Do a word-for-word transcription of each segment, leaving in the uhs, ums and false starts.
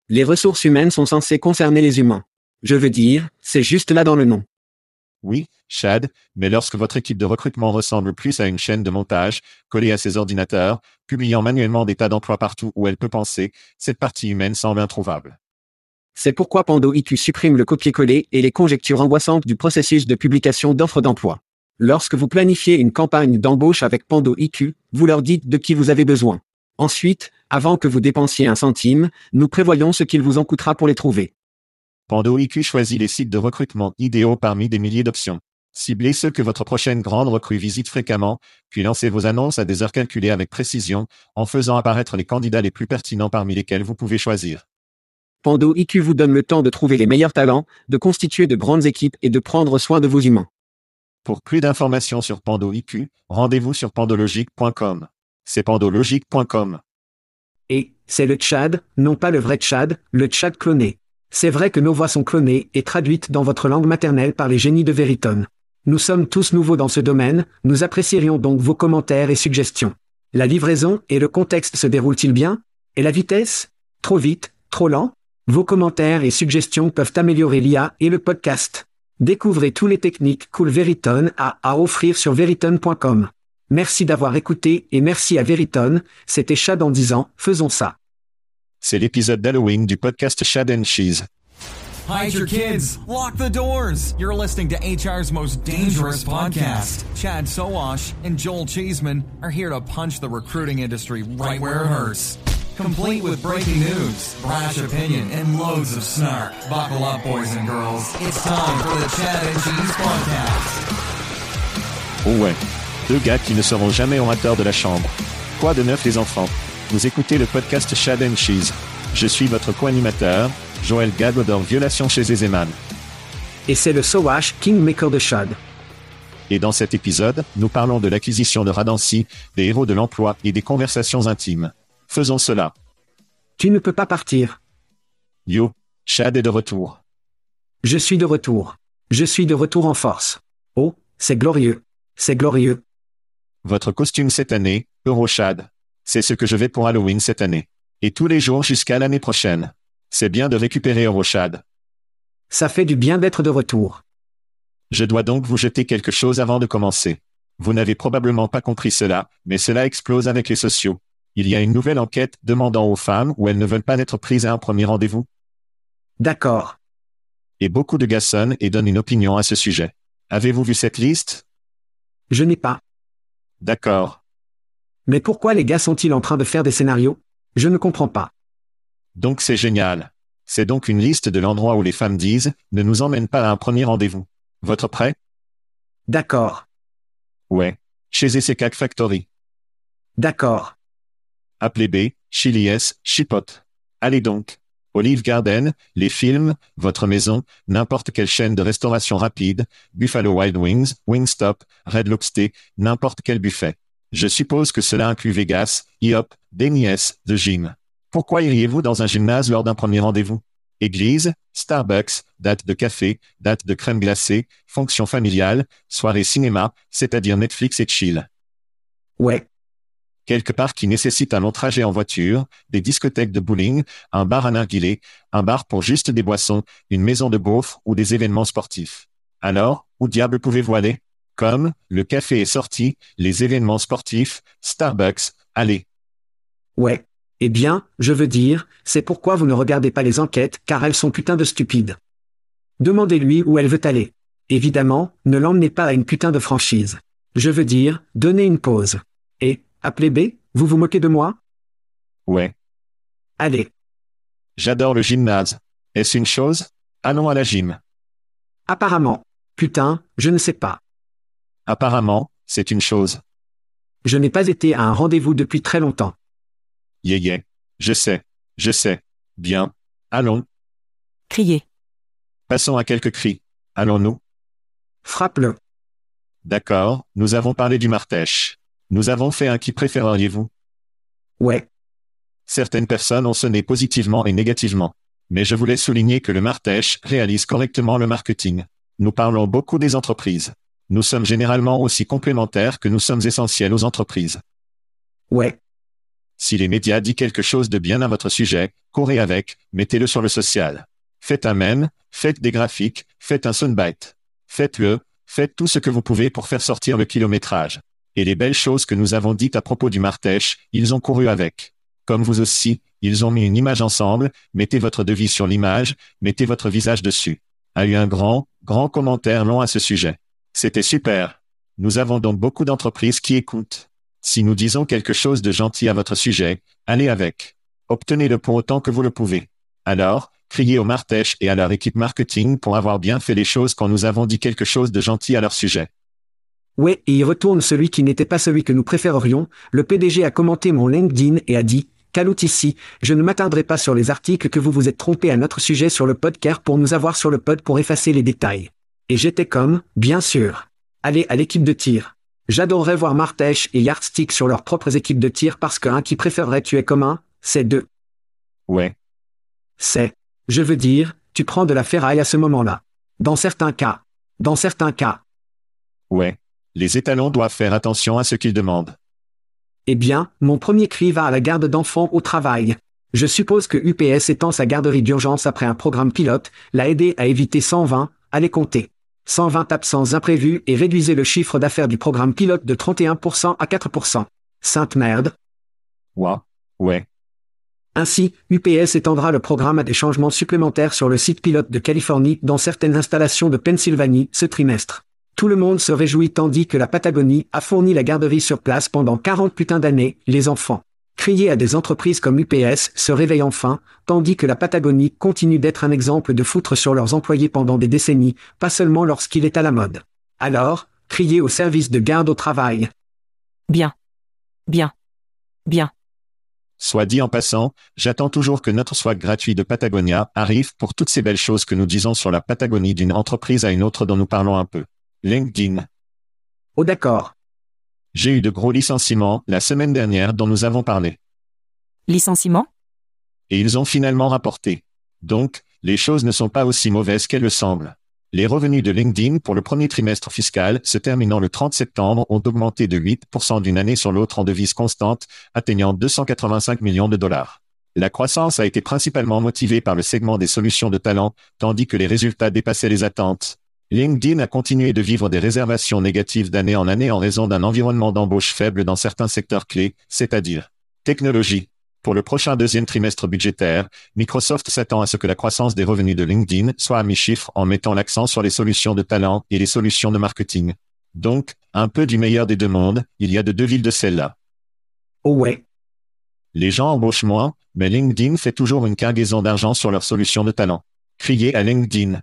Les ressources humaines sont censées concerner les humains. Je veux dire, c'est juste là dans le nom. Oui, Chad, mais lorsque votre équipe de recrutement ressemble plus à une chaîne de montage, collée à ses ordinateurs, publiant manuellement des tas d'emplois partout où elle peut penser, cette partie humaine semble introuvable. C'est pourquoi Pando I Q supprime le copier-coller et les conjectures angoissantes du processus de publication d'offres d'emploi. Lorsque vous planifiez une campagne d'embauche avec Pando I Q, vous leur dites de qui vous avez besoin. Ensuite, avant que vous dépensiez un centime, nous prévoyons ce qu'il vous en coûtera pour les trouver. Pando I Q choisit les sites de recrutement idéaux parmi des milliers d'options. Ciblez ceux que votre prochaine grande recrue visite fréquemment, puis lancez vos annonces à des heures calculées avec précision, en faisant apparaître les candidats les plus pertinents parmi lesquels vous pouvez choisir. Pando I Q vous donne le temps de trouver les meilleurs talents, de constituer de grandes équipes et de prendre soin de vos humains. Pour plus d'informations sur Pando I Q, rendez-vous sur pandologique point com. C'est pandologique point com. Et, c'est le Tchad, non pas le vrai Tchad, le Tchad cloné. C'est vrai que nos voix sont clonées et traduites dans votre langue maternelle par les génies de Veritone. Nous sommes tous nouveaux dans ce domaine, nous apprécierions donc vos commentaires et suggestions. La livraison et le contexte se déroulent-ils bien? Et la vitesse? Trop vite? Trop lent? Vos commentaires et suggestions peuvent améliorer l'I A et le podcast. Découvrez tous les techniques cool Veritone a à offrir sur veritone point com. Merci d'avoir écouté et merci à Veritone, c'était Chad en disant, faisons ça. C'est l'épisode d'Halloween du podcast Chad and Cheese. Hide your kids. Lock the doors. You're listening to H R's most dangerous podcast. Chad Sowash and Joel Cheeseman are here to punch the recruiting industry right where it hurts. Complete with breaking news, brash opinion, and loads of snark. Buckle up, boys and girls. It's time for the Chad and Cheese podcast. Oh ouais. Deux gars qui ne seront jamais orateurs de la chambre. Quoi de neuf les enfants? Vous écoutez le podcast Chad and Cheese. Je suis votre co-animateur, Joël Gagodor Violation chez Ezeman. Et c'est le Sowash Kingmaker de Chad. Et dans cet épisode, nous parlons de l'acquisition de Radancy, des héros de l'emploi et des conversations intimes. Faisons cela. Tu ne peux pas partir. Yo, Chad est de retour. Je suis de retour. Je suis de retour en force. Oh, c'est glorieux. C'est glorieux. Votre costume cette année, Eurochad. C'est ce que je vais pour Halloween cette année. Et tous les jours jusqu'à l'année prochaine. C'est bien de récupérer Eurochad. Ça fait du bien d'être de retour. Je dois donc vous jeter quelque chose avant de commencer. Vous n'avez probablement pas compris cela, mais cela explose avec les sociaux. Il y a une nouvelle enquête demandant aux femmes où elles ne veulent pas être prises à un premier rendez-vous. D'accord. Et beaucoup de gars sonnent et donnent une opinion à ce sujet. Avez-vous vu cette liste? Je n'ai pas. D'accord. Mais pourquoi les gars sont-ils en train de faire des scénarios? Je ne comprends pas. Donc c'est génial. C'est donc une liste de l'endroit où les femmes disent « Ne nous emmène pas à un premier rendez-vous ». Votre prêt? D'accord. Ouais. Chez Essekak Factory. D'accord. Appelez B, Chili's, Chipotle. Allez donc. Olive Garden, les films, votre maison, n'importe quelle chaîne de restauration rapide, Buffalo Wild Wings, Wingstop, Red Lobster, n'importe quel buffet. Je suppose que cela inclut Vegas, I O P, Denny's, The Gym. Pourquoi iriez-vous dans un gymnase lors d'un premier rendez-vous? Église, Starbucks, date de café, date de crème glacée, fonction familiale, soirée cinéma, c'est-à-dire Netflix et chill. Ouais. Quelque part qui nécessite un long trajet en voiture, des discothèques de bowling, un bar à narguilé, un bar pour juste des boissons, une maison de beauf ou des événements sportifs. Alors, où diable pouvez-vous aller? Comme, le café est sorti, les événements sportifs, Starbucks, allez. Ouais. Eh bien, je veux dire, c'est pourquoi vous ne regardez pas les enquêtes, car elles sont putain de stupides. Demandez-lui où elle veut aller. Évidemment, ne l'emmenez pas à une putain de franchise. Je veux dire, donnez une pause. Et, appelez B, vous vous moquez de moi? Ouais. Allez. J'adore le gymnase. Est-ce une chose? Allons à la gym. Apparemment. Putain, je ne sais pas. Apparemment, c'est une chose. Je n'ai pas été à un rendez-vous depuis très longtemps. Yeah yeah. Je sais. Je sais. Bien. Allons. Crier. Passons à quelques cris. Allons-nous? Frappe-le. D'accord, nous avons parlé du martèche. Nous avons fait un qui préféreriez-vous? Ouais. Certaines personnes ont sonné positivement et négativement. Mais je voulais souligner que le martèche réalise correctement le marketing. Nous parlons beaucoup des entreprises. Nous sommes généralement aussi complémentaires que nous sommes essentiels aux entreprises. Ouais. Si les médias disent quelque chose de bien à votre sujet, courez avec, mettez-le sur le social. Faites un mème, faites des graphiques, faites un soundbite. Faites-le, faites tout ce que vous pouvez pour faire sortir le kilométrage. Et les belles choses que nous avons dites à propos du Martèche, ils ont couru avec. Comme vous aussi, ils ont mis une image ensemble, mettez votre devis sur l'image, mettez votre visage dessus. A eu un grand, grand commentaire long à ce sujet. C'était super. Nous avons donc beaucoup d'entreprises qui écoutent. Si nous disons quelque chose de gentil à votre sujet, allez avec. Obtenez-le pour autant que vous le pouvez. Alors, criez au Martèche et à leur équipe marketing pour avoir bien fait les choses quand nous avons dit quelque chose de gentil à leur sujet. Ouais, et il retourne celui qui n'était pas celui que nous préférerions. Le P D G a commenté mon LinkedIn et a dit « Calout ici, je ne m'attarderai pas sur les articles que vous vous êtes trompés à notre sujet sur le podcast pour nous avoir sur le pod pour effacer les détails. » Et j'étais comme « Bien sûr. Allez à l'équipe de tir. » J'adorerais voir Martèche et Yardstick sur leurs propres équipes de tir parce qu'un qui préférerait tuer comme un, c'est deux. Ouais. C'est. Je veux dire, tu prends de la ferraille à ce moment-là. Dans certains cas. Dans certains cas. Ouais. Les étalons doivent faire attention à ce qu'ils demandent. Eh bien, mon premier cri va à la garde d'enfants au travail. Je suppose que U P S étend sa garderie d'urgence après un programme pilote, l'a aidé à éviter cent vingt, allez compter. cent vingt absences imprévues et réduisez le chiffre d'affaires du programme pilote de trente et un pour cent à quatre pour cent. Sainte merde. Ouais. Ouais. Ainsi, U P S étendra le programme à des changements supplémentaires sur le site pilote de Californie dans certaines installations de Pennsylvanie ce trimestre. Tout le monde se réjouit tandis que la Patagonie a fourni la garderie sur place pendant quarante putains d'années, les enfants. Crier à des entreprises comme U P S se réveille enfin, tandis que la Patagonie continue d'être un exemple de foutre sur leurs employés pendant des décennies, pas seulement lorsqu'il est à la mode. Alors, criez au service de garde au travail. Bien. Bien. Bien. Soit dit en passant, j'attends toujours que notre swag gratuit de Patagonia arrive pour toutes ces belles choses que nous disons sur la Patagonie d'une entreprise à une autre dont nous parlons un peu. LinkedIn. Oh d'accord. J'ai eu de gros licenciements la semaine dernière dont nous avons parlé. Licenciement? Et ils ont finalement rapporté. Donc, les choses ne sont pas aussi mauvaises qu'elles le semblent. Les revenus de LinkedIn pour le premier trimestre fiscal se terminant le trente septembre ont augmenté de huit pour cent d'une année sur l'autre en devise constante, atteignant deux cent quatre-vingt-cinq millions de dollars. La croissance a été principalement motivée par le segment des solutions de talent, tandis que les résultats dépassaient les attentes. LinkedIn a continué de vivre des réservations négatives d'année en année en raison d'un environnement d'embauche faible dans certains secteurs clés, c'est-à-dire technologie. Pour le prochain deuxième trimestre budgétaire, Microsoft s'attend à ce que la croissance des revenus de LinkedIn soit à mi-chiffre en mettant l'accent sur les solutions de talent et les solutions de marketing. Donc, un peu du meilleur des deux mondes, il y a de deux villes de celle-là. Oh ouais. Les gens embauchent moins, mais LinkedIn fait toujours une cargaison d'argent sur leurs solutions de talent. Criez à LinkedIn.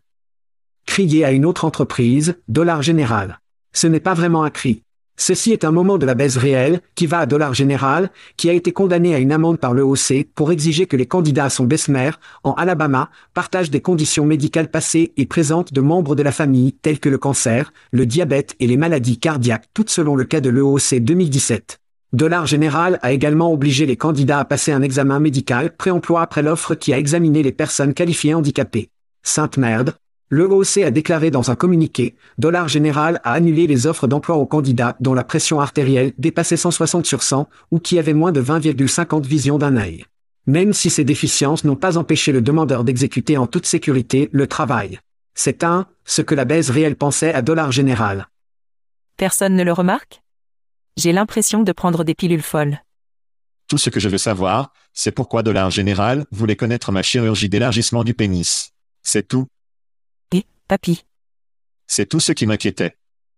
Crier à une autre entreprise, Dollar Général. Ce n'est pas vraiment un cri. Ceci est un moment de la baisse réelle, qui va à Dollar Général, qui a été condamné à une amende par l'E O C pour exiger que les candidats à son best-maire, en Alabama, partagent des conditions médicales passées et présentes de membres de la famille, telles que le cancer, le diabète et les maladies cardiaques, toutes selon le cas de l'E O C deux mille dix-sept. Dollar Général a également obligé les candidats à passer un examen médical pré-emploi après l'offre qui a examiné les personnes qualifiées handicapées. Sainte merde. L'E O C a déclaré dans un communiqué, Dollar Général a annulé les offres d'emploi aux candidats dont la pression artérielle dépassait cent soixante sur cent ou qui avaient moins de vingt virgule cinquante visions d'un œil. Même si ces déficiences n'ont pas empêché le demandeur d'exécuter en toute sécurité le travail. C'est un, ce que la baisse réelle pensait à Dollar Général. Personne ne le remarque? J'ai l'impression de prendre des pilules folles. Tout ce que je veux savoir, c'est pourquoi Dollar Général voulait connaître ma chirurgie d'élargissement du pénis. C'est tout. Et, papy. C'est tout ce qui m'inquiétait.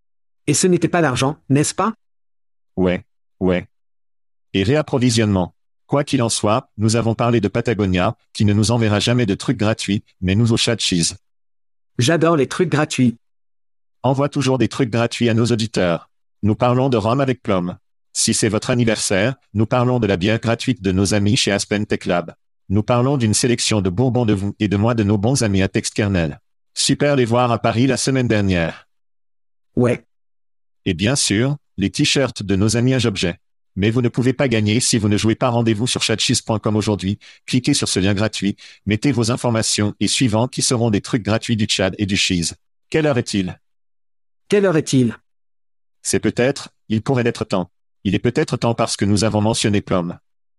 Et ce n'était pas l'argent, n'est-ce pas? Ouais, ouais. Et réapprovisionnement. Quoi qu'il en soit, nous avons parlé de Patagonia, qui ne nous enverra jamais de trucs gratuits, mais nous au chat cheese. J'adore les trucs gratuits. Envoie toujours des trucs gratuits à nos auditeurs. Nous parlons de rhum avec plum. Si c'est votre anniversaire, nous parlons de la bière gratuite de nos amis chez Aspen Tech Lab. Nous parlons d'une sélection de bourbons de vous et de moi de nos bons amis à Textkernel. Super les voir à Paris la semaine dernière. Ouais. Et bien sûr, les t-shirts de nos amis à Jobjet. Mais vous ne pouvez pas gagner si vous ne jouez pas. Rendez-vous sur chatcheese point com aujourd'hui, cliquez sur ce lien gratuit, mettez vos informations et suivant qui seront des trucs gratuits du Chad et du Cheese. Quelle heure est-il? Quelle heure est-il? C'est peut-être, il pourrait être temps. Il est peut-être temps parce que nous avons mentionné Plum.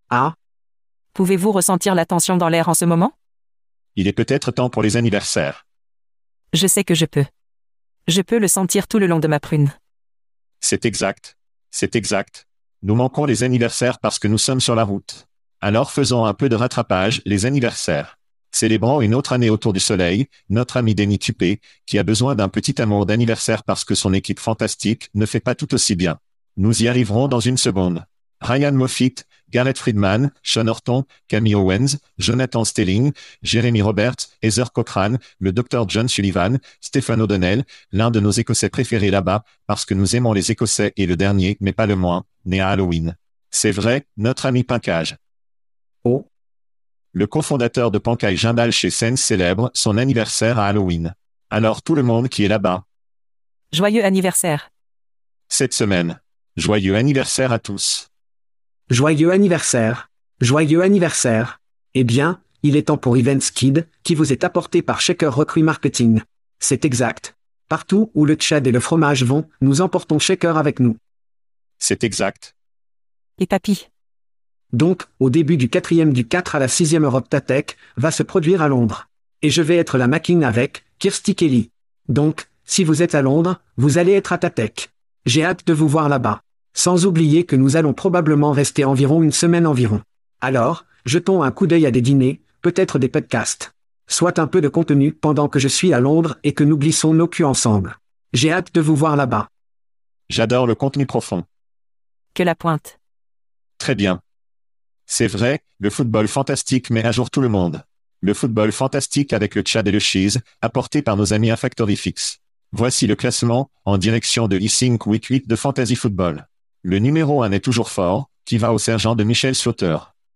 Ah, Pouvez-vous ressentir la tension dans l'air en ce moment? Il est peut-être temps pour les anniversaires. Je sais que je peux. Je peux le sentir tout le long de ma prune. C'est exact. C'est exact. Nous manquons les anniversaires parce que nous sommes sur la route. Alors faisons un peu de rattrapage, les anniversaires. Célébrons une autre année autour du soleil, notre ami Denny Tupé, qui a besoin d'un petit amour d'anniversaire parce que son équipe fantastique ne fait pas tout aussi bien. Nous y arriverons dans une seconde. Ryan Moffitt, Garrett Friedman, Sean Horton, Camille Owens, Jonathan Stelling, Jeremy Roberts, Heather Cochrane, le docteur John Sullivan, Stephen O'Donnell, l'un de nos Écossais préférés là-bas, parce que nous aimons les Écossais et le dernier, mais pas le moins, né à Halloween. C'est vrai, notre ami Pincage. oh, Le cofondateur de Pancaille Gimbal chez Sense célèbre son anniversaire à Halloween. Alors tout le monde qui est là-bas. Joyeux anniversaire. Cette semaine. Joyeux anniversaire à tous. joyeux anniversaire. Joyeux anniversaire. Eh bien, il est temps pour Events Kid, qui vous est apporté par Shaker Recruit Marketing. C'est exact. Partout où le Tchad et le fromage vont, nous emportons Shaker avec nous. C'est exact. Et papy. Donc, au début du quatrième du quatre à la sixième Europe Tatech, va se produire à Londres. Et je vais être la Macking avec Kirsty Kelly. Donc, si vous êtes à Londres, vous allez être à Tatech. J'ai hâte de vous voir là-bas. Sans oublier que nous allons probablement rester environ une semaine environ. Alors, jetons un coup d'œil à des dîners, peut-être des podcasts. Soit un peu de contenu pendant que je suis à Londres et que nous glissons nos culs ensemble. J'ai hâte de vous voir là-bas. J'adore le contenu profond. Que la pointe. Très bien. C'est vrai, le football fantastique met à jour tout le monde. Le football fantastique avec le Tchad et le Cheese, apporté par nos amis à Factory Fix. Voici le classement, en direction de l'e-Sync Week huit de Fantasy Football. Le numéro un est toujours fort, qui va au sergent de Michel Slaughter.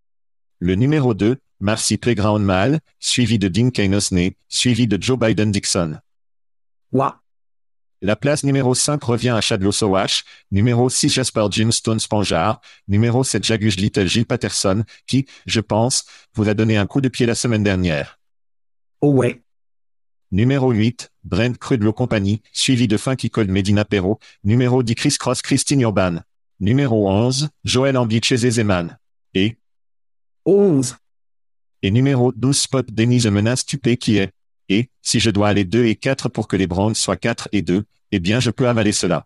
Le numéro deux, Marcy Playground Mal, suivi de Dean Kane-Osney, suivi de Joe Biden-Dixon. Ouah. La place numéro cinq revient à Chad Losowash, numéro six Jasper Jim Stone Spanjar, numéro sept Jaguge Little Gilles Patterson, qui, je pense, vous a donné un coup de pied la semaine dernière. Oh ouais. Numéro huit, Brent Crudlow Company, suivi de Funky Cold Medina Perro, numéro dix Chris Cross Christine Urban. Numéro onze, Joël Ambi chez Zeman. Et, onze. et numéro douze Spot Denise Menace Tupé qui est. Et, si je dois aller deux et quatre pour que les Browns soient quatre et deux, eh bien je peux avaler cela.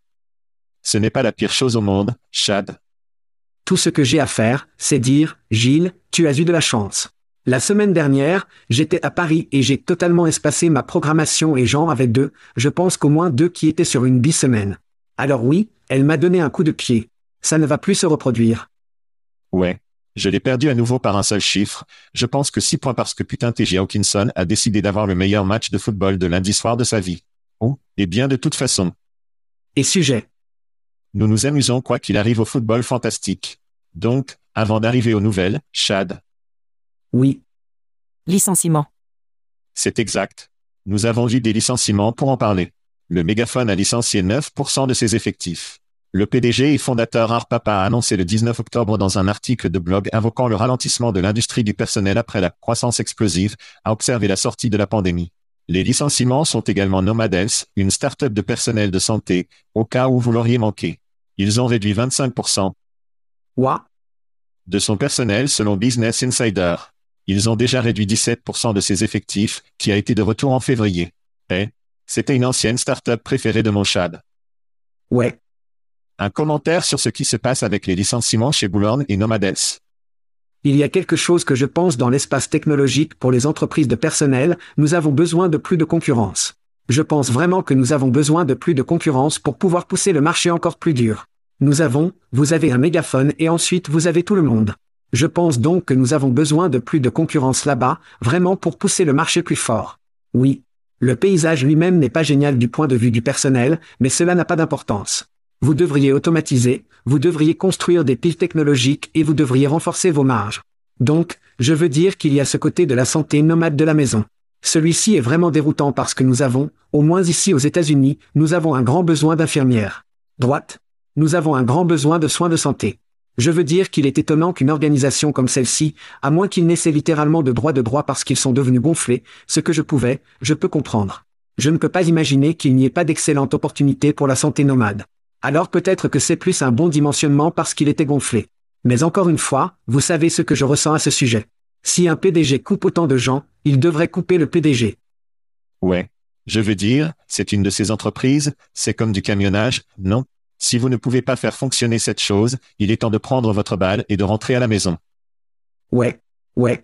Ce n'est pas la pire chose au monde, Chad. Tout ce que j'ai à faire, c'est dire, Gilles, tu as eu de la chance. La semaine dernière, j'étais à Paris et j'ai totalement espacé ma programmation et j'en avais deux, je pense qu'au moins deux qui étaient sur une bi-semaine. Alors oui, elle m'a donné un coup de pied. Ça ne va plus se reproduire. Ouais. Je l'ai perdu à nouveau par un seul chiffre. Je pense que six points parce que putain T J Hawkinson a décidé d'avoir le meilleur match de football de lundi soir de sa vie. Oh, et bien de toute façon. Et sujet. Nous nous amusons quoi qu'il arrive au football fantastique. Donc, avant d'arriver aux nouvelles, Chad. Oui. Licenciement. C'est exact. Nous avons vu des licenciements pour en parler. Le mégaphone a licencié neuf pour cent de ses effectifs. Le P D G et fondateur Art Papa a annoncé le dix-neuf octobre dans un article de blog invoquant le ralentissement de l'industrie du personnel après la croissance explosive, a observé la sortie de la pandémie. Les licenciements sont également Nomad Health, une start-up de personnel de santé, au cas où vous l'auriez manqué. Ils ont réduit vingt-cinq pour cent Ouah. de son personnel selon Business Insider. Ils ont déjà réduit dix-sept pour cent de ses effectifs, qui a été de retour en février. Eh, c'était une ancienne start-up préférée de mon Chad. Ouais. Un commentaire sur ce qui se passe avec les licenciements chez Bullhorn et Nomad Health. Il y a quelque chose que je pense dans l'espace technologique pour les entreprises de personnel, nous avons besoin de plus de concurrence. Je pense vraiment que nous avons besoin de plus de concurrence pour pouvoir pousser le marché encore plus dur. Nous avons, vous avez un mégaphone et ensuite vous avez tout le monde. Je pense donc que nous avons besoin de plus de concurrence là-bas, vraiment pour pousser le marché plus fort. Oui. Le paysage lui-même n'est pas génial du point de vue du personnel, mais cela n'a pas d'importance. Vous devriez automatiser, vous devriez construire des piles technologiques et vous devriez renforcer vos marges. Donc, je veux dire qu'il y a ce côté de la santé nomade de la maison. Celui-ci est vraiment déroutant parce que nous avons, au moins ici aux États-Unis, nous avons un grand besoin d'infirmières. Droite. Nous avons un grand besoin de soins de santé. Je veux dire qu'il est étonnant qu'une organisation comme celle-ci, à moins qu'ils n'essaient littéralement de droit de droit parce qu'ils sont devenus gonflés, ce que je pouvais, je peux comprendre. Je ne peux pas imaginer qu'il n'y ait pas d'excellente opportunité pour la santé nomade. Alors peut-être que c'est plus un bon dimensionnement parce qu'il était gonflé. Mais encore une fois, vous savez ce que je ressens à ce sujet. Si un P D G coupe autant de gens, il devrait couper le P D G. Ouais. Je veux dire, c'est une de ces entreprises, c'est comme du camionnage, non? Si vous ne pouvez pas faire fonctionner cette chose, il est temps de prendre votre balle et de rentrer à la maison. Ouais. Ouais.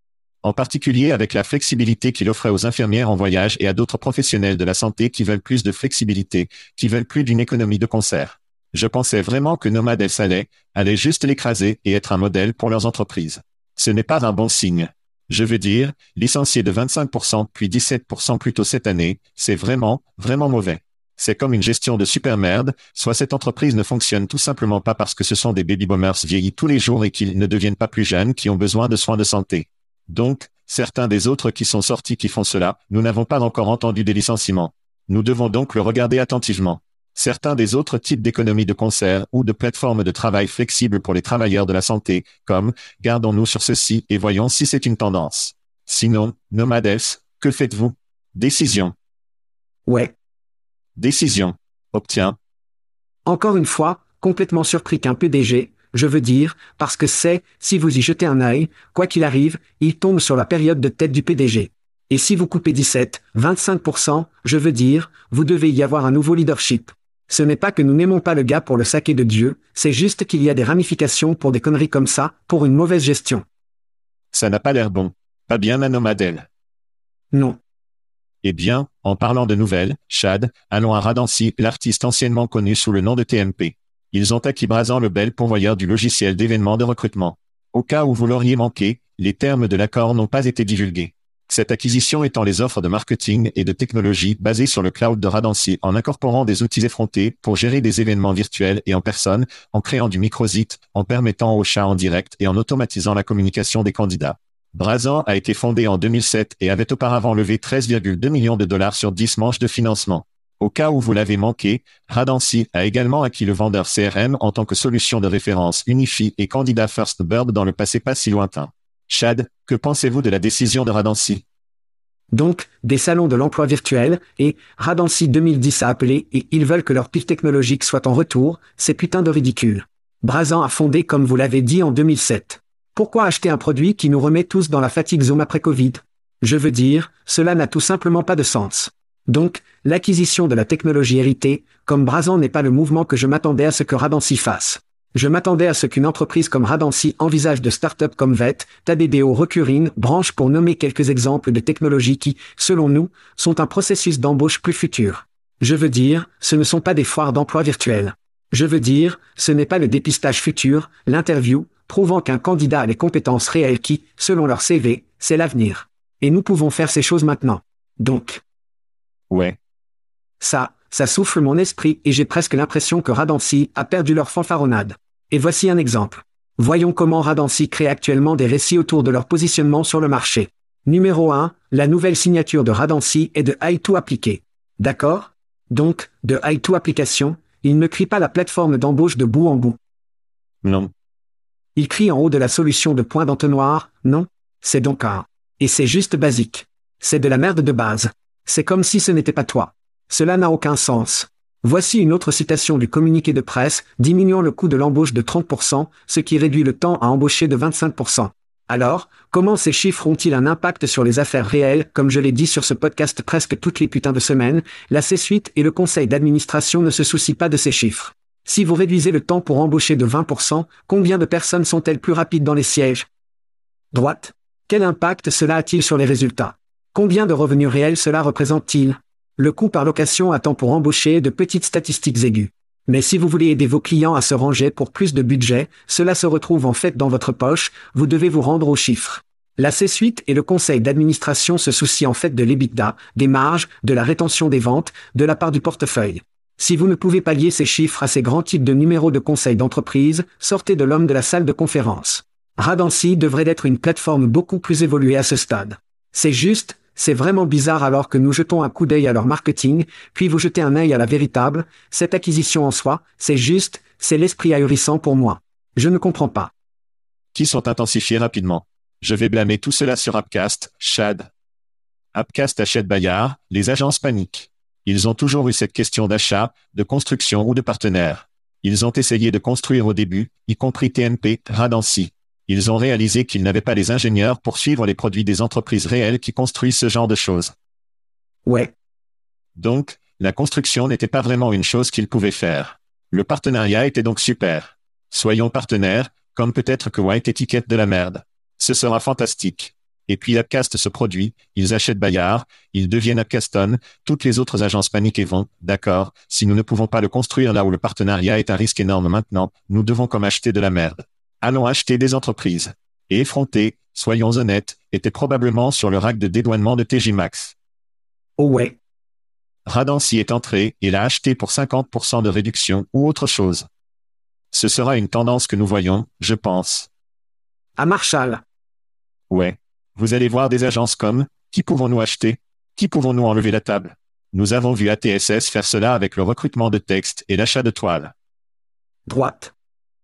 En particulier avec la flexibilité qu'il offrait aux infirmières en voyage et à d'autres professionnels de la santé qui veulent plus de flexibilité, qui veulent plus d'une économie de concert. Je pensais vraiment que Nomad El Saleh allait juste l'écraser et être un modèle pour leurs entreprises. Ce n'est pas un bon signe. Je veux dire, licencier de vingt-cinq pour cent puis dix-sept pour cent plus tôt cette année, c'est vraiment, vraiment mauvais. C'est comme une gestion de super merde, soit cette entreprise ne fonctionne tout simplement pas parce que ce sont des baby boomers vieillis tous les jours et qu'ils ne deviennent pas plus jeunes qui ont besoin de soins de santé. Donc, certains des autres qui sont sortis qui font cela, nous n'avons pas encore entendu des licenciements. Nous devons donc le regarder attentivement. Certains des autres types d'économies de concert ou de plateformes de travail flexibles pour les travailleurs de la santé, comme, gardons-nous sur ceci et voyons si c'est une tendance. Sinon, Nomades, que faites-vous? Décision. Ouais. Décision. Obtient. Encore une fois, complètement surpris qu'un P D G, je veux dire, parce que c'est, si vous y jetez un œil, quoi qu'il arrive, il tombe sur la période de tête du P D G. Et si vous coupez dix-sept, vingt-cinq pour cent, je veux dire, vous devez y avoir un nouveau leadership. Ce n'est pas que nous n'aimons pas le gars pour le saquer de Dieu, c'est juste qu'il y a des ramifications pour des conneries comme ça, pour une mauvaise gestion. Ça n'a pas l'air bon. Pas bien à Nomadel. Non. Eh bien, en parlant de nouvelles, Chad, allons à Radancy, l'artiste anciennement connu sous le nom de T M P. Ils ont acquis Brazan le bel pourvoyeur du logiciel d'événements de recrutement. Au cas où vous l'auriez manqué, les termes de l'accord n'ont pas été divulgués. Cette acquisition étant les offres de marketing et de technologie basées sur le cloud de Radancy en incorporant des outils effrontés pour gérer des événements virtuels et en personne, en créant du microsite, en permettant au chat en direct et en automatisant la communication des candidats. Brazan a été fondé en deux mille sept et avait auparavant levé treize virgule deux millions de dollars sur dix manches de financement. Au cas où vous l'avez manqué, Radancy a également acquis le vendeur C R M en tant que solution de référence Unify et candidat First Bird dans le passé pas si lointain. Chad, que pensez-vous de la décision de Radancy? Donc, des salons de l'emploi virtuel, et Radancy deux mille dix a appelé et ils veulent que leur pif technologique soit en retour, c'est putain de ridicule. Brazan a fondé comme vous l'avez dit en deux mille sept. Pourquoi acheter un produit qui nous remet tous dans la fatigue Zoom après Covid? Je veux dire, cela n'a tout simplement pas de sens. Donc, l'acquisition de la technologie héritée, comme Brazan n'est pas le mouvement que je m'attendais à ce que Radancy fasse. Je m'attendais à ce qu'une entreprise comme Radancy envisage de start-up comme V E T, T A D D O Recurring, branche pour nommer quelques exemples de technologies qui, selon nous, sont un processus d'embauche plus futur. Je veux dire, ce ne sont pas des foires d'emploi virtuelles. Je veux dire, ce n'est pas le dépistage futur, l'interview, prouvant qu'un candidat a les compétences réelles qui, selon leur C V, c'est l'avenir. Et nous pouvons faire ces choses maintenant. Donc. Ouais. Ça, ça souffle mon esprit et j'ai presque l'impression que Radancy a perdu leur fanfaronnade. Et voici un exemple. Voyons comment Radancy crée actuellement des récits autour de leur positionnement sur le marché. Numéro un, la nouvelle signature de Radancy est de I deux appliqué. D'accord? Donc, de I deux application, il ne crie pas la plateforme d'embauche de bout en bout. Non. Il crie en haut de la solution de point d'entonnoir, non? C'est donc un. Et c'est juste basique. C'est de la merde de base. C'est comme si ce n'était pas toi. Cela n'a aucun sens. Voici une autre citation du communiqué de presse, diminuant le coût de l'embauche de trente pour cent, ce qui réduit le temps à embaucher de vingt-cinq pour cent. Alors, comment ces chiffres ont-ils un impact sur les affaires réelles? Comme je l'ai dit sur ce podcast presque toutes les putains de semaines, la C-suite et le conseil d'administration ne se soucient pas de ces chiffres. Si vous réduisez le temps pour embaucher de vingt pour cent, combien de personnes sont-elles plus rapides dans les sièges? Droite. Quel impact cela a-t-il sur les résultats? Combien de revenus réels cela représente-t-il? Le coût par location à temps pour embaucher est de petites statistiques aiguës. Mais si vous voulez aider vos clients à se ranger pour plus de budget, cela se retrouve en fait dans votre poche, vous devez vous rendre aux chiffres. La C-suite et le conseil d'administration se soucient en fait de l'EBITDA, des marges, de la rétention des ventes, de la part du portefeuille. Si vous ne pouvez pas lier ces chiffres à ces grands types de numéros de conseil d'entreprise, sortez de l'homme de la salle de conférence. Radancy devrait être une plateforme beaucoup plus évoluée à ce stade. C'est juste, c'est vraiment bizarre alors que nous jetons un coup d'œil à leur marketing, puis vous jetez un œil à la véritable, cette acquisition en soi, c'est juste, c'est l'esprit ahurissant pour moi. Je ne comprends pas. Qui sont intensifiés rapidement. Je vais blâmer tout cela sur Appcast, Chad. Appcast achète Bayard, les agences paniquent. Ils ont toujours eu cette question d'achat, de construction ou de partenaire. Ils ont essayé de construire au début, y compris T N P, Radancy. Ils ont réalisé qu'ils n'avaient pas les ingénieurs pour suivre les produits des entreprises réelles qui construisent ce genre de choses. Ouais. Donc, la construction n'était pas vraiment une chose qu'ils pouvaient faire. Le partenariat était donc super. Soyons partenaires, comme peut-être que White étiquette de la merde. Ce sera fantastique. Et puis Upcast se produit, ils achètent Bayard, ils deviennent Upcaston, toutes les autres agences paniquent et vont, d'accord, si nous ne pouvons pas le construire là où le partenariat est un risque énorme maintenant, nous devons comme acheter de la merde. Allons acheter des entreprises. Et effronter, soyons honnêtes, était probablement sur le rack de dédouanement de T J Maxx. Oh ouais. Radancy est entré et l'a acheté pour cinquante pour cent de réduction ou autre chose. Ce sera une tendance que nous voyons, je pense. À Marshall. Ouais. Vous allez voir des agences comme « Qui pouvons-nous acheter ? Qui pouvons-nous enlever la table ?» Nous avons vu A T S S faire cela avec le recrutement de texte et l'achat de toiles. Droite.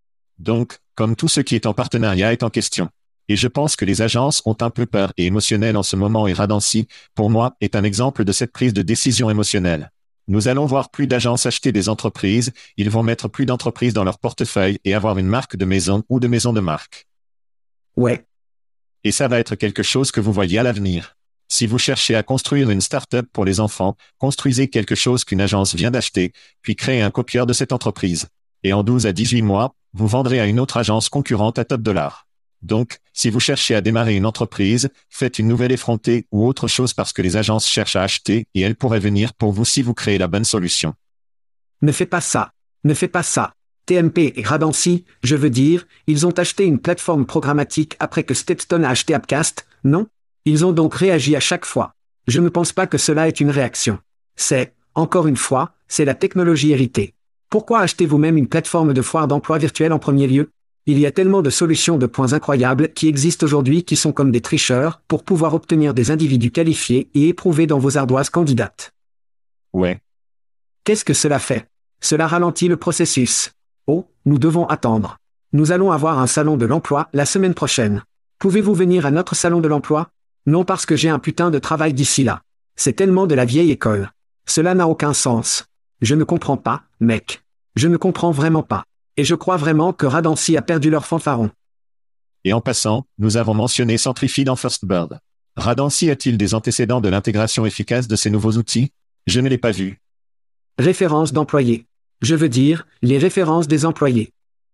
Donc, comme tout ce qui est en partenariat est en question. Et je pense que les agences ont un peu peur et émotionnelles en ce moment et Radancy, pour moi, est un exemple de cette prise de décision émotionnelle. Nous allons voir plus d'agences acheter des entreprises, ils vont mettre plus d'entreprises dans leur portefeuille et avoir une marque de maison ou de maison de marque. Ouais. Et ça va être quelque chose que vous voyez à l'avenir. Si vous cherchez à construire une start-up pour les enfants, construisez quelque chose qu'une agence vient d'acheter, puis créez un copieur de cette entreprise. Et en douze à dix-huit mois, vous vendrez à une autre agence concurrente à top dollar. Donc, si vous cherchez à démarrer une entreprise, faites une nouvelle effrontée ou autre chose parce que les agences cherchent à acheter et elles pourraient venir pour vous si vous créez la bonne solution. Ne fais pas ça. Ne fais pas ça. T M P et Radancy, je veux dire, ils ont acheté une plateforme programmatique après que Stepstone a acheté Upcast, non? Ils ont donc réagi à chaque fois. Je ne pense pas que cela est une réaction. C'est, encore une fois, c'est la technologie héritée. Pourquoi acheter vous-même une plateforme de foire d'emploi virtuelle en premier lieu? Il y a tellement de solutions de points incroyables qui existent aujourd'hui qui sont comme des tricheurs pour pouvoir obtenir des individus qualifiés et éprouvés dans vos ardoises candidates. Ouais. Qu'est-ce que cela fait? Cela ralentit le processus. Oh, nous devons attendre. Nous allons avoir un salon de l'emploi la semaine prochaine. Pouvez-vous venir à notre salon de l'emploi? Non parce que j'ai un putain de travail d'ici là. C'est tellement de la vieille école. Cela n'a aucun sens. Je ne comprends pas, mec. Je ne comprends vraiment pas. Et je crois vraiment que Radancy a perdu leur fanfaron. Et en passant, nous avons mentionné Centrify dans First Bird. Radancy a-t-il des antécédents de l'intégration efficace de ces nouveaux outils? Je ne l'ai pas vu. Références d'employés. Je veux dire, les références des employés.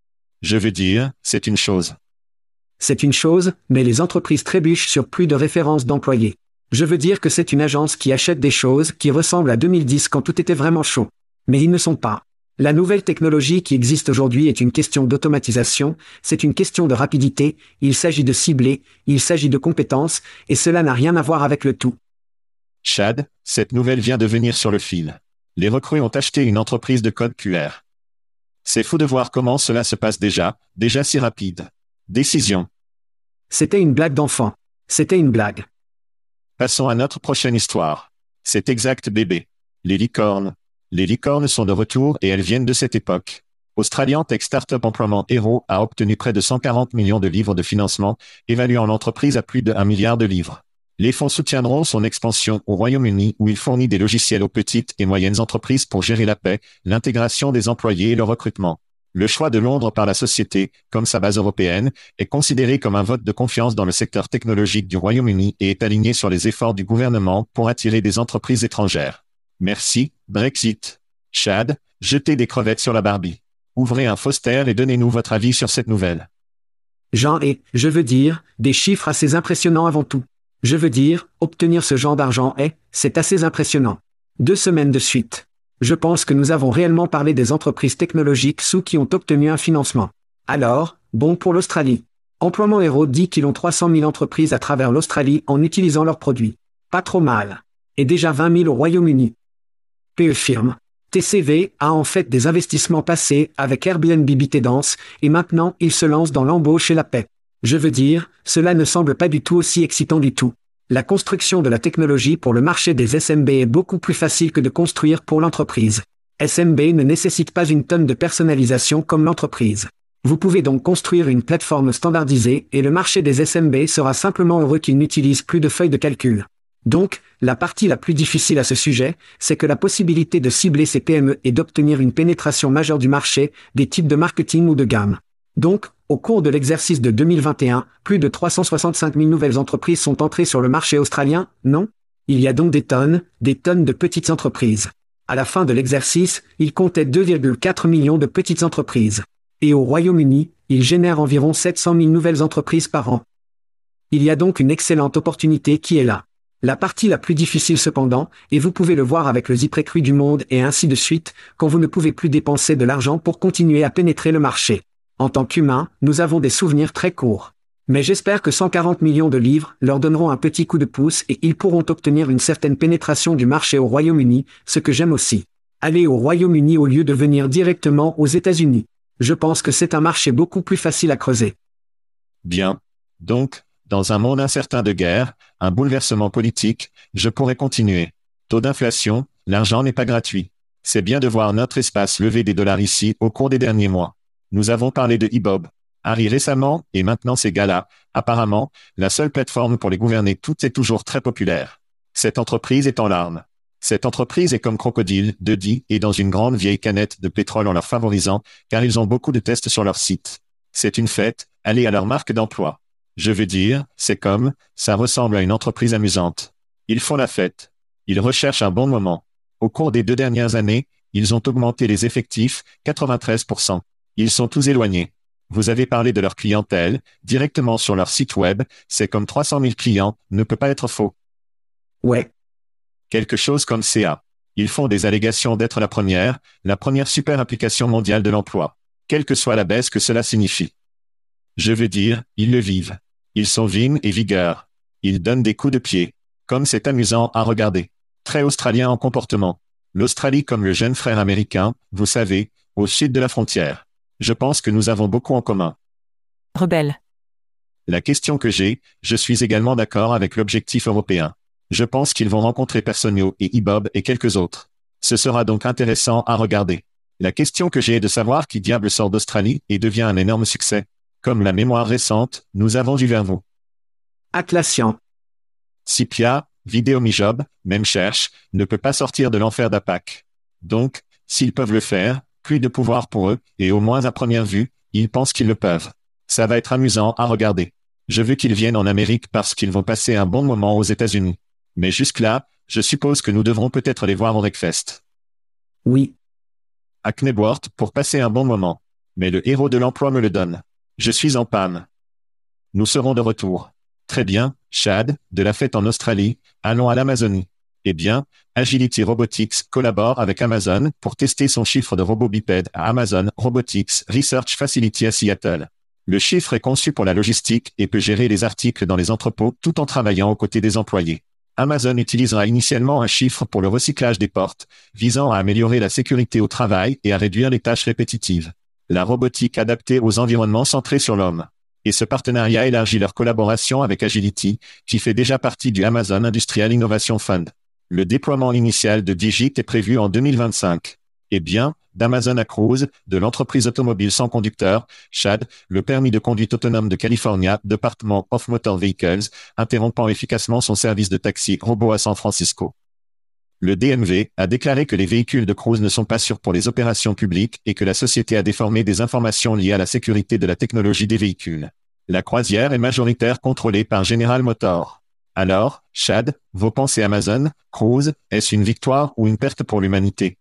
Je veux dire, c'est une chose. C'est une chose, mais les entreprises trébuchent sur plus de références d'employés. Je veux dire que c'est une agence qui achète des choses qui ressemblent à deux mille dix quand tout était vraiment chaud. Mais ils ne sont pas. La nouvelle technologie qui existe aujourd'hui est une question d'automatisation, c'est une question de rapidité, il s'agit de cibler, il s'agit de compétences, et cela n'a rien à voir avec le tout. Chad, cette nouvelle vient de venir sur le fil. Les recrues ont acheté une entreprise de code Q R. C'est fou de voir comment cela se passe déjà, déjà si rapide. Décision. C'était une blague d'enfant. C'était une blague. Passons à notre prochaine histoire. C'est exact bébé. Les licornes. Les licornes sont de retour et elles viennent de cette époque. Australian Tech Startup Employment Hero a obtenu près de cent quarante millions de livres de financement, évaluant l'entreprise à plus de un milliard de livres. Les fonds soutiendront son expansion au Royaume-Uni où il fournit des logiciels aux petites et moyennes entreprises pour gérer la paix, l'intégration des employés et le recrutement. Le choix de Londres par la société, comme sa base européenne, est considéré comme un vote de confiance dans le secteur technologique du Royaume-Uni et est aligné sur les efforts du gouvernement pour attirer des entreprises étrangères. Merci, Brexit. Chad, jetez des crevettes sur la Barbie. Ouvrez un Foster et donnez-nous votre avis sur cette nouvelle. J'en ai, je veux dire, des chiffres assez impressionnants avant tout. Je veux dire, obtenir ce genre d'argent est, c'est assez impressionnant. Deux semaines de suite. Je pense que nous avons réellement parlé des entreprises technologiques sous qui ont obtenu un financement. Alors, bon pour l'Australie. Employment Hero dit qu'ils ont trois cent mille entreprises à travers l'Australie en utilisant leurs produits. Pas trop mal. Et déjà vingt mille au Royaume-Uni. P E Firme. T C V a en fait des investissements passés avec Airbnb ByteDance et maintenant il se lance dans l'embauche et la paix. Je veux dire, cela ne semble pas du tout aussi excitant du tout. La construction de la technologie pour le marché des S M B est beaucoup plus facile que de construire pour l'entreprise. S M B ne nécessite pas une tonne de personnalisation comme l'entreprise. Vous pouvez donc construire une plateforme standardisée et le marché des S M B sera simplement heureux qu'il n'utilise plus de feuilles de calcul. Donc, la partie la plus difficile à ce sujet, c'est que la possibilité de cibler ces P M E et d'obtenir une pénétration majeure du marché, des types de marketing ou de gamme. Donc, au cours de l'exercice de deux mille vingt et un, plus de trois cent soixante-cinq mille nouvelles entreprises sont entrées sur le marché australien, non? Il y a donc des tonnes, des tonnes de petites entreprises. À la fin de l'exercice, il comptait deux virgule quatre millions de petites entreprises. Et au Royaume-Uni, il génère environ sept cent mille nouvelles entreprises par an. Il y a donc une excellente opportunité qui est là. La partie la plus difficile cependant, et vous pouvez le voir avec le Ziprecru du monde et ainsi de suite, quand vous ne pouvez plus dépenser de l'argent pour continuer à pénétrer le marché. En tant qu'humains, nous avons des souvenirs très courts. Mais j'espère que cent quarante millions de livres leur donneront un petit coup de pouce et ils pourront obtenir une certaine pénétration du marché au Royaume-Uni, ce que j'aime aussi. Aller au Royaume-Uni au lieu de venir directement aux États-Unis. Je pense que c'est un marché beaucoup plus facile à creuser. Bien. Donc, dans un monde incertain de guerre, un bouleversement politique, je pourrais continuer. Taux d'inflation, l'argent n'est pas gratuit. C'est bien de voir notre espace lever des dollars ici au cours des derniers mois. Nous avons parlé de iBob, Harry récemment, et maintenant ces gars-là. Apparemment, la seule plateforme pour les gouverner toutes est toujours très populaire. Cette entreprise est en larmes. Cette entreprise est comme Crocodile, Dundee, et dans une grande vieille canette de pétrole en leur favorisant, car ils ont beaucoup de tests sur leur site. C'est une fête, allez à leur marque d'emploi. Je veux dire, c'est comme, ça ressemble à une entreprise amusante. Ils font la fête. Ils recherchent un bon moment. Au cours des deux dernières années, ils ont augmenté les effectifs, quatre-vingt-treize pour cent. Ils sont tous éloignés. Vous avez parlé de leur clientèle, directement sur leur site web, c'est comme trois cent mille clients, ne peut pas être faux. Ouais. Quelque chose comme C A. Ils font des allégations d'être la première, la première super application mondiale de l'emploi. Quelle que soit la baisse que cela signifie. Je veux dire, ils le vivent. Ils sont vim et vigueur. Ils donnent des coups de pied. Comme c'est amusant à regarder. Très australien en comportement. L'Australie comme le jeune frère américain, vous savez, au sud de la frontière. Je pense que nous avons beaucoup en commun. Rebelle. La question que j'ai, je suis également d'accord avec l'objectif européen. Je pense qu'ils vont rencontrer Personio et iBob et quelques autres. Ce sera donc intéressant à regarder. La question que j'ai est de savoir qui diable sort d'Australie et devient un énorme succès. Comme la mémoire récente, nous avons vu vers vous. Atlassian. Scipia, Videomijob, même cherche, ne peut pas sortir de l'enfer d'A P A C. Donc, s'ils peuvent le faire, plus de pouvoir pour eux, et au moins à première vue, ils pensent qu'ils le peuvent. Ça va être amusant à regarder. Je veux qu'ils viennent en Amérique parce qu'ils vont passer un bon moment aux États-Unis. Mais jusque-là, je suppose que nous devrons peut-être les voir au Wreckfest. Oui. À Knebworth pour passer un bon moment. Mais le héros de l'emploi me le donne. Je suis en panne. Nous serons de retour. Très bien, Chad, de la fête en Australie, allons à l'Amazonie. Eh bien, Agility Robotics collabore avec Amazon pour tester son chiffre de robots bipèdes à Amazon Robotics Research Facility à Seattle. Le chiffre est conçu pour la logistique et peut gérer les articles dans les entrepôts tout en travaillant aux côtés des employés. Amazon utilisera initialement un chiffre pour le recyclage des portes, visant à améliorer la sécurité au travail et à réduire les tâches répétitives. La robotique adaptée aux environnements centrés sur l'homme. Et ce partenariat élargit leur collaboration avec Agility, qui fait déjà partie du Amazon Industrial Innovation Fund. Le déploiement initial de Digit est prévu en deux mille vingt-cinq. Eh bien, d'Amazon à Cruise, de l'entreprise automobile sans conducteur, Chad, le permis de conduite autonome de California, Department of Motor Vehicles, interrompant efficacement son service de taxi robot à San Francisco. Le D M V a déclaré que les véhicules de Cruise ne sont pas sûrs pour les opérations publiques et que la société a déformé des informations liées à la sécurité de la technologie des véhicules. La croisière est majoritaire contrôlée par General Motors. Alors, Chad, vos pensées Amazon, Cruise, est-ce une victoire ou une perte pour l'humanité?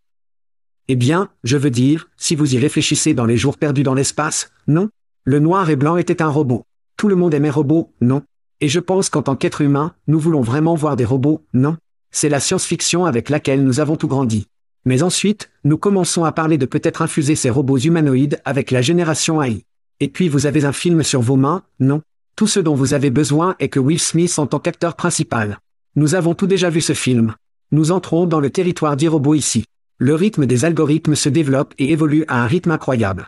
Eh bien, je veux dire, si vous y réfléchissez dans les jours perdus dans l'espace, non? Le noir et blanc était un robot. Tout le monde aimait robots, non? Et je pense qu'en tant qu'être humain, nous voulons vraiment voir des robots, non? C'est la science-fiction avec laquelle nous avons tout grandi. Mais ensuite, nous commençons à parler de peut-être infuser ces robots humanoïdes avec la génération A I. Et puis vous avez un film sur vos mains, non? Tout ce dont vous avez besoin est que Will Smith en tant qu'acteur principal. Nous avons tout déjà vu ce film. Nous entrons dans le territoire d'iRobot ici. Le rythme des algorithmes se développe et évolue à un rythme incroyable.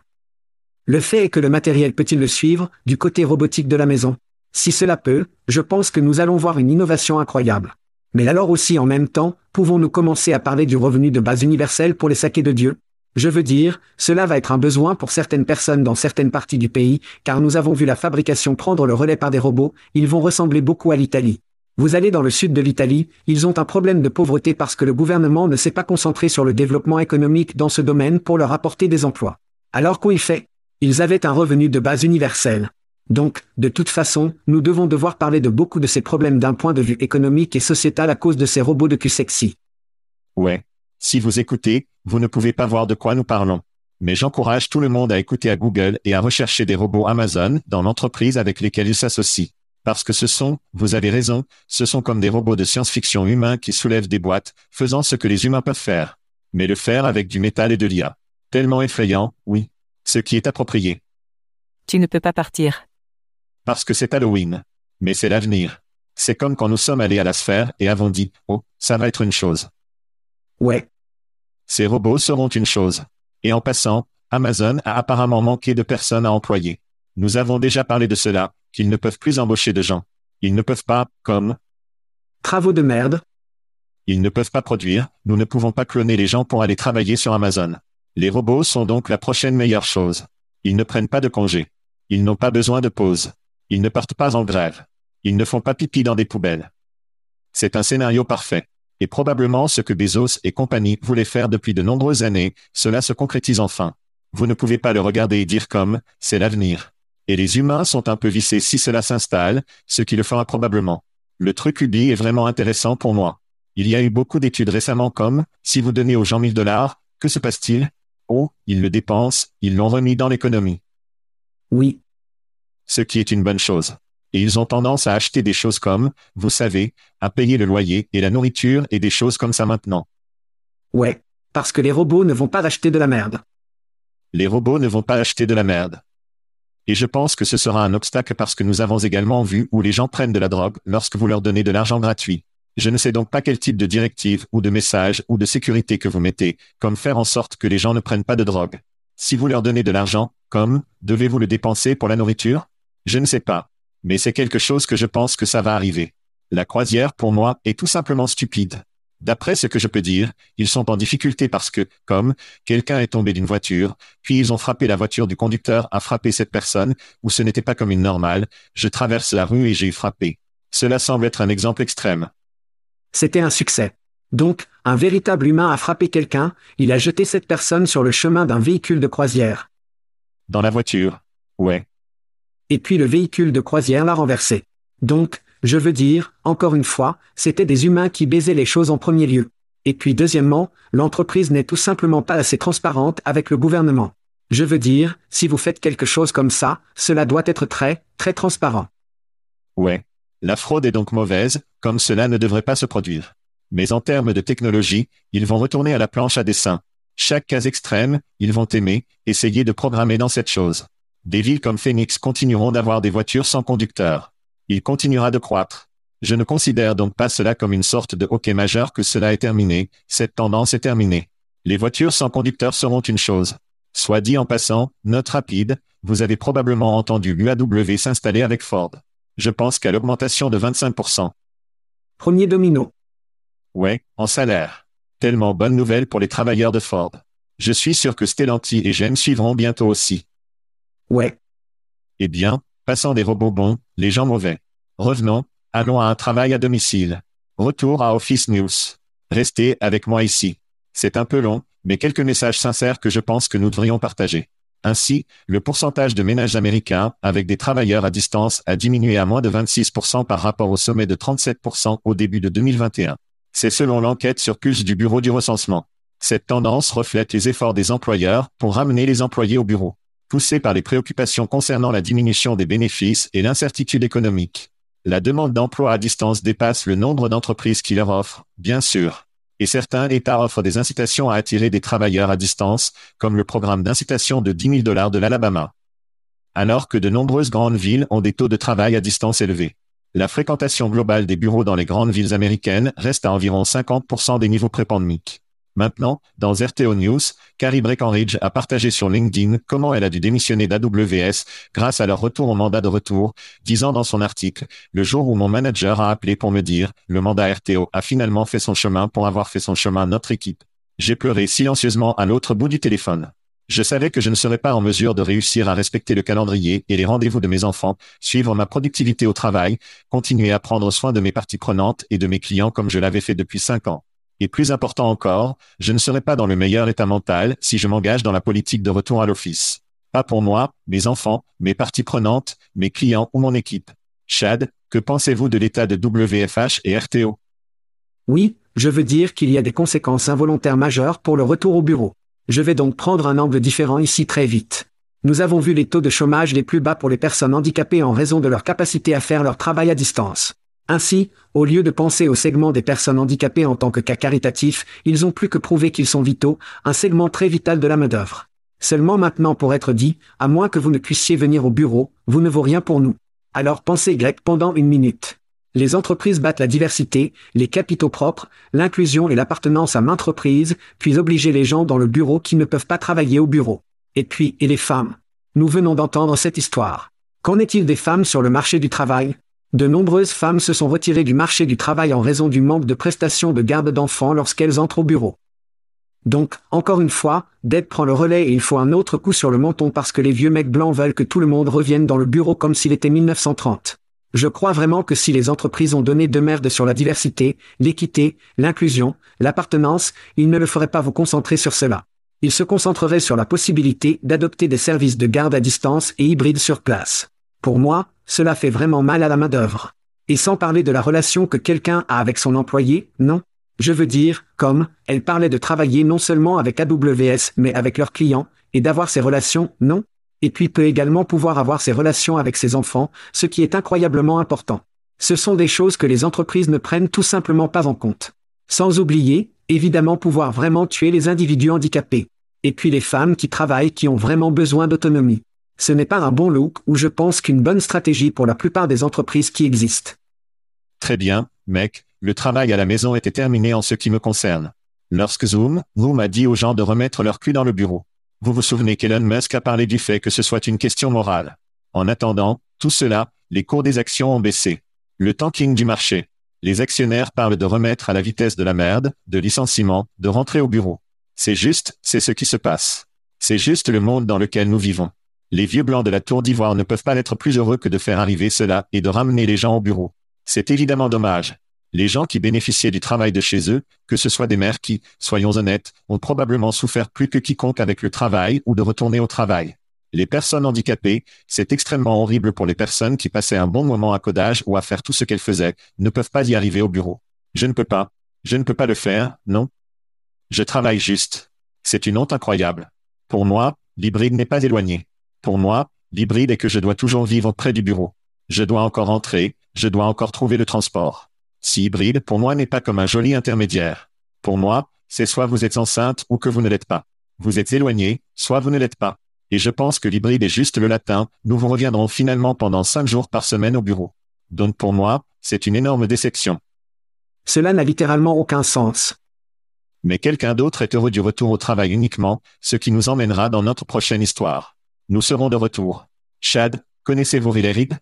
Le fait est que le matériel peut-il le suivre, du côté robotique de la maison? Si cela peut, je pense que nous allons voir une innovation incroyable. Mais alors aussi en même temps, pouvons-nous commencer à parler du revenu de base universel pour les saquets de Dieu? Je veux dire, cela va être un besoin pour certaines personnes dans certaines parties du pays, car nous avons vu la fabrication prendre le relais par des robots, ils vont ressembler beaucoup à l'Italie. Vous allez dans le sud de l'Italie, ils ont un problème de pauvreté parce que le gouvernement ne s'est pas concentré sur le développement économique dans ce domaine pour leur apporter des emplois. Alors qu'on y fait, ils avaient un revenu de base universel. Donc, de toute façon, nous devons devoir parler de beaucoup de ces problèmes d'un point de vue économique et sociétal à cause de ces robots de cul sexy. Ouais. Si vous écoutez, vous ne pouvez pas voir de quoi nous parlons. Mais j'encourage tout le monde à écouter à Google et à rechercher des robots Amazon dans l'entreprise avec lesquels ils s'associent. Parce que ce sont, vous avez raison, ce sont comme des robots de science-fiction humains qui soulèvent des boîtes, faisant ce que les humains peuvent faire. Mais le faire avec du métal et de l'I A. Tellement effrayant, oui. Ce qui est approprié. Tu ne peux pas partir. Parce que c'est Halloween. Mais c'est l'avenir. C'est comme quand nous sommes allés à la sphère et avons dit, oh, ça va être une chose. Ouais. Ces robots seront une chose. Et en passant, Amazon a apparemment manqué de personnes à employer. Nous avons déjà parlé de cela, qu'ils ne peuvent plus embaucher de gens. Ils ne peuvent pas, comme... Travaux de merde. Ils ne peuvent pas produire, nous ne pouvons pas cloner les gens pour aller travailler sur Amazon. Les robots sont donc la prochaine meilleure chose. Ils ne prennent pas de congé. Ils n'ont pas besoin de pause. Ils ne partent pas en grève. Ils ne font pas pipi dans des poubelles. C'est un scénario parfait. Et probablement ce que Bezos et compagnie voulaient faire depuis de nombreuses années, cela se concrétise enfin. Vous ne pouvez pas le regarder et dire comme, c'est l'avenir. Et les humains sont un peu vissés si cela s'installe, ce qui le fera probablement. Le truc Ubi est vraiment intéressant pour moi. Il y a eu beaucoup d'études récemment comme, si vous donnez aux gens mille dollars, que se passe-t-il? Oh, ils le dépensent, ils l'ont remis dans l'économie. Oui. Ce qui est une bonne chose. Et ils ont tendance à acheter des choses comme, vous savez, à payer le loyer et la nourriture et des choses comme ça maintenant. Ouais. Parce que les robots ne vont pas acheter de la merde. Les robots ne vont pas acheter de la merde. Et je pense que ce sera un obstacle parce que nous avons également vu où les gens prennent de la drogue lorsque vous leur donnez de l'argent gratuit. Je ne sais donc pas quel type de directive ou de message ou de sécurité que vous mettez, comme faire en sorte que les gens ne prennent pas de drogue. Si vous leur donnez de l'argent, comme, devez-vous le dépenser pour la nourriture? Je ne sais pas. Mais c'est quelque chose que je pense que ça va arriver. La croisière, pour moi, est tout simplement stupide. D'après ce que je peux dire, ils sont en difficulté parce que, comme, quelqu'un est tombé d'une voiture, puis ils ont frappé la voiture du conducteur a frappé cette personne, ou ce n'était pas comme une normale, je traverse la rue et j'ai frappé. Cela semble être un exemple extrême. C'était un succès. Donc, un véritable humain a frappé quelqu'un, il a jeté cette personne sur le chemin d'un véhicule de croisière. Dans la voiture. Ouais. Et puis le véhicule de croisière l'a renversé. Donc, je veux dire, encore une fois, c'était des humains qui baisaient les choses en premier lieu. Et puis deuxièmement, l'entreprise n'est tout simplement pas assez transparente avec le gouvernement. Je veux dire, si vous faites quelque chose comme ça, cela doit être très, très transparent. Ouais. La fraude est donc mauvaise, comme cela ne devrait pas se produire. Mais en termes de technologie, ils vont retourner à la planche à dessin. Chaque cas extrême, ils vont aimer, essayer de programmer dans cette chose. Des villes comme Phoenix continueront d'avoir des voitures sans conducteur. Il continuera de croître. Je ne considère donc pas cela comme une sorte de hockey majeur que cela est terminé, cette tendance est terminée. Les voitures sans conducteur seront une chose. Soit dit en passant, note rapide, vous avez probablement entendu l'U A W s'installer avec Ford. Je pense qu'à l'augmentation de vingt-cinq pour cent. Premier domino. Ouais, en salaire. Tellement bonne nouvelle pour les travailleurs de Ford. Je suis sûr que Stellantis et G M suivront bientôt aussi. Ouais. Eh bien, passant des robots bons, les gens mauvais. Revenons, allons à un travail à domicile. Retour à Office News. Restez avec moi ici. C'est un peu long, mais quelques messages sincères que je pense que nous devrions partager. Ainsi, le pourcentage de ménages américains avec des travailleurs à distance a diminué à moins de vingt-six pour cent par rapport au sommet de trente-sept pour cent au début de deux mille vingt et un. C'est selon l'enquête sur Pulse du Bureau du recensement. Cette tendance reflète les efforts des employeurs pour ramener les employés au bureau, poussés par les préoccupations concernant la diminution des bénéfices et l'incertitude économique. La demande d'emploi à distance dépasse le nombre d'entreprises qui leur offrent, bien sûr. Et certains États offrent des incitations à attirer des travailleurs à distance, comme le programme d'incitation de dix mille dollars de l'Alabama. Alors que de nombreuses grandes villes ont des taux de travail à distance élevés. La fréquentation globale des bureaux dans les grandes villes américaines reste à environ cinquante pour cent des niveaux pré-pandémiques. Maintenant, dans R T O News, Carrie Breckenridge a partagé sur LinkedIn comment elle a dû démissionner d'A W S grâce à leur retour au mandat de retour, disant dans son article, « Le jour où mon manager a appelé pour me dire, le mandat R T O a finalement fait son chemin pour avoir fait son chemin notre équipe. J'ai pleuré silencieusement à l'autre bout du téléphone. Je savais que je ne serais pas en mesure de réussir à respecter le calendrier et les rendez-vous de mes enfants, suivre ma productivité au travail, continuer à prendre soin de mes parties prenantes et de mes clients comme je l'avais fait depuis cinq ans. Et plus important encore, je ne serai pas dans le meilleur état mental si je m'engage dans la politique de retour à l'office. Pas pour moi, mes enfants, mes parties prenantes, mes clients ou mon équipe. Chad, que pensez-vous de l'état de W F H et R T O? Oui, je veux dire qu'il y a des conséquences involontaires majeures pour le retour au bureau. Je vais donc prendre un angle différent ici très vite. Nous avons vu les taux de chômage les plus bas pour les personnes handicapées en raison de leur capacité à faire leur travail à distance. Ainsi, au lieu de penser au segment des personnes handicapées en tant que cas caritatif, ils ont plus que prouvé qu'ils sont vitaux, un segment très vital de la main-d'œuvre. Seulement maintenant pour être dit, à moins que vous ne puissiez venir au bureau, vous ne vaut rien pour nous. Alors pensez grec pendant une minute. Les entreprises battent la diversité, les capitaux propres, l'inclusion et l'appartenance à maintes reprises, puis obliger les gens dans le bureau qui ne peuvent pas travailler au bureau. Et puis, et les femmes. Nous venons d'entendre cette histoire. Qu'en est-il des femmes sur le marché du travail? De nombreuses femmes se sont retirées du marché du travail en raison du manque de prestations de garde d'enfants lorsqu'elles entrent au bureau. Donc, encore une fois, Deb prend le relais et il faut un autre coup sur le menton parce que les vieux mecs blancs veulent que tout le monde revienne dans le bureau comme s'il était mille neuf cent trente. Je crois vraiment que si les entreprises ont donné de merde sur la diversité, l'équité, l'inclusion, l'appartenance, ils ne le feraient pas vous concentrer sur cela. Ils se concentreraient sur la possibilité d'adopter des services de garde à distance et hybrides sur place. Pour moi, cela fait vraiment mal à la main-d'œuvre. Et sans parler de la relation que quelqu'un a avec son employé, non? Je veux dire, comme, elle parlait de travailler non seulement avec A W S mais avec leurs clients, et d'avoir ces relations, non? Et puis peut également pouvoir avoir ses relations avec ses enfants, ce qui est incroyablement important. Ce sont des choses que les entreprises ne prennent tout simplement pas en compte. Sans oublier, évidemment pouvoir vraiment tuer les individus handicapés. Et puis les femmes qui travaillent qui ont vraiment besoin d'autonomie. Ce n'est pas un bon look ou je pense qu'une bonne stratégie pour la plupart des entreprises qui existent. Très bien, mec, le travail à la maison était terminé en ce qui me concerne. Lorsque Zoom, Zoom a dit aux gens de remettre leur cul dans le bureau. Vous vous souvenez qu'Elon Musk a parlé du fait que ce soit une question morale. En attendant, tout cela, les cours des actions ont baissé. Le tanking du marché. Les actionnaires parlent de remettre à la vitesse de la merde, de licenciement, de rentrer au bureau. C'est juste, c'est ce qui se passe. C'est juste le monde dans lequel nous vivons. Les vieux blancs de la tour d'ivoire ne peuvent pas être plus heureux que de faire arriver cela et de ramener les gens au bureau. C'est évidemment dommage. Les gens qui bénéficiaient du travail de chez eux, que ce soit des mères qui, soyons honnêtes, ont probablement souffert plus que quiconque avec le travail ou de retourner au travail. Les personnes handicapées, c'est extrêmement horrible pour les personnes qui passaient un bon moment à codage ou à faire tout ce qu'elles faisaient, ne peuvent pas y arriver au bureau. Je ne peux pas. Je ne peux pas le faire, non? Je travaille juste. C'est une honte incroyable. Pour moi, l'hybride n'est pas éloigné. Pour moi, l'hybride est que je dois toujours vivre près du bureau. Je dois encore entrer, je dois encore trouver le transport. Si hybride, pour moi, n'est pas comme un joli intermédiaire. Pour moi, c'est soit vous êtes enceinte ou que vous ne l'êtes pas. Vous êtes éloigné, soit vous ne l'êtes pas. Et je pense que l'hybride est juste le latin, nous vous reviendrons finalement pendant cinq jours par semaine au bureau. Donc pour moi, c'est une énorme déception. Cela n'a littéralement aucun sens. Mais quelqu'un d'autre est heureux du retour au travail uniquement, ce qui nous emmènera dans notre prochaine histoire. Nous serons de retour. Chad, connaissez-vous Riley Reid?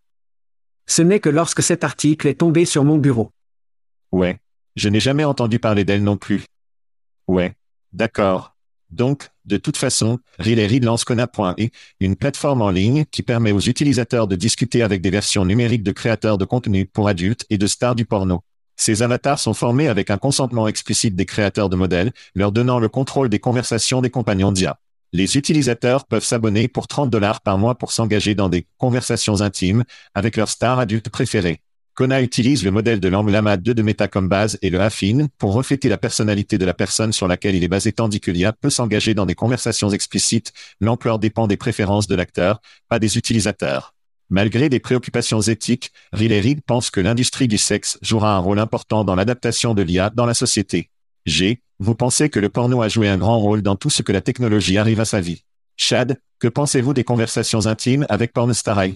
Ce n'est que lorsque cet article est tombé sur mon bureau. Ouais. Je n'ai jamais entendu parler d'elle non plus. Ouais. D'accord. Donc, de toute façon, Riley Reid lance Kona point e, une plateforme en ligne qui permet aux utilisateurs de discuter avec des versions numériques de créateurs de contenu pour adultes et de stars du porno. Ces avatars sont formés avec un consentement explicite des créateurs de modèles, leur donnant le contrôle des conversations des compagnons d'I A. Les utilisateurs peuvent s'abonner pour trente dollars par mois pour s'engager dans des conversations intimes avec leurs stars adultes préférées. Kona utilise le modèle de l'Llama deux de Meta comme base et le affine pour refléter la personnalité de la personne sur laquelle il est basé tandis que l'I A peut s'engager dans des conversations explicites. L'ampleur dépend des préférences de l'acteur, pas des utilisateurs. Malgré des préoccupations éthiques, Riley Reid pense que l'industrie du sexe jouera un rôle important dans l'adaptation de l'I A dans la société. G. Vous pensez que le porno a joué un grand rôle dans tout ce que la technologie arrive à sa vie. Chad, que pensez-vous des conversations intimes avec Pornstarai?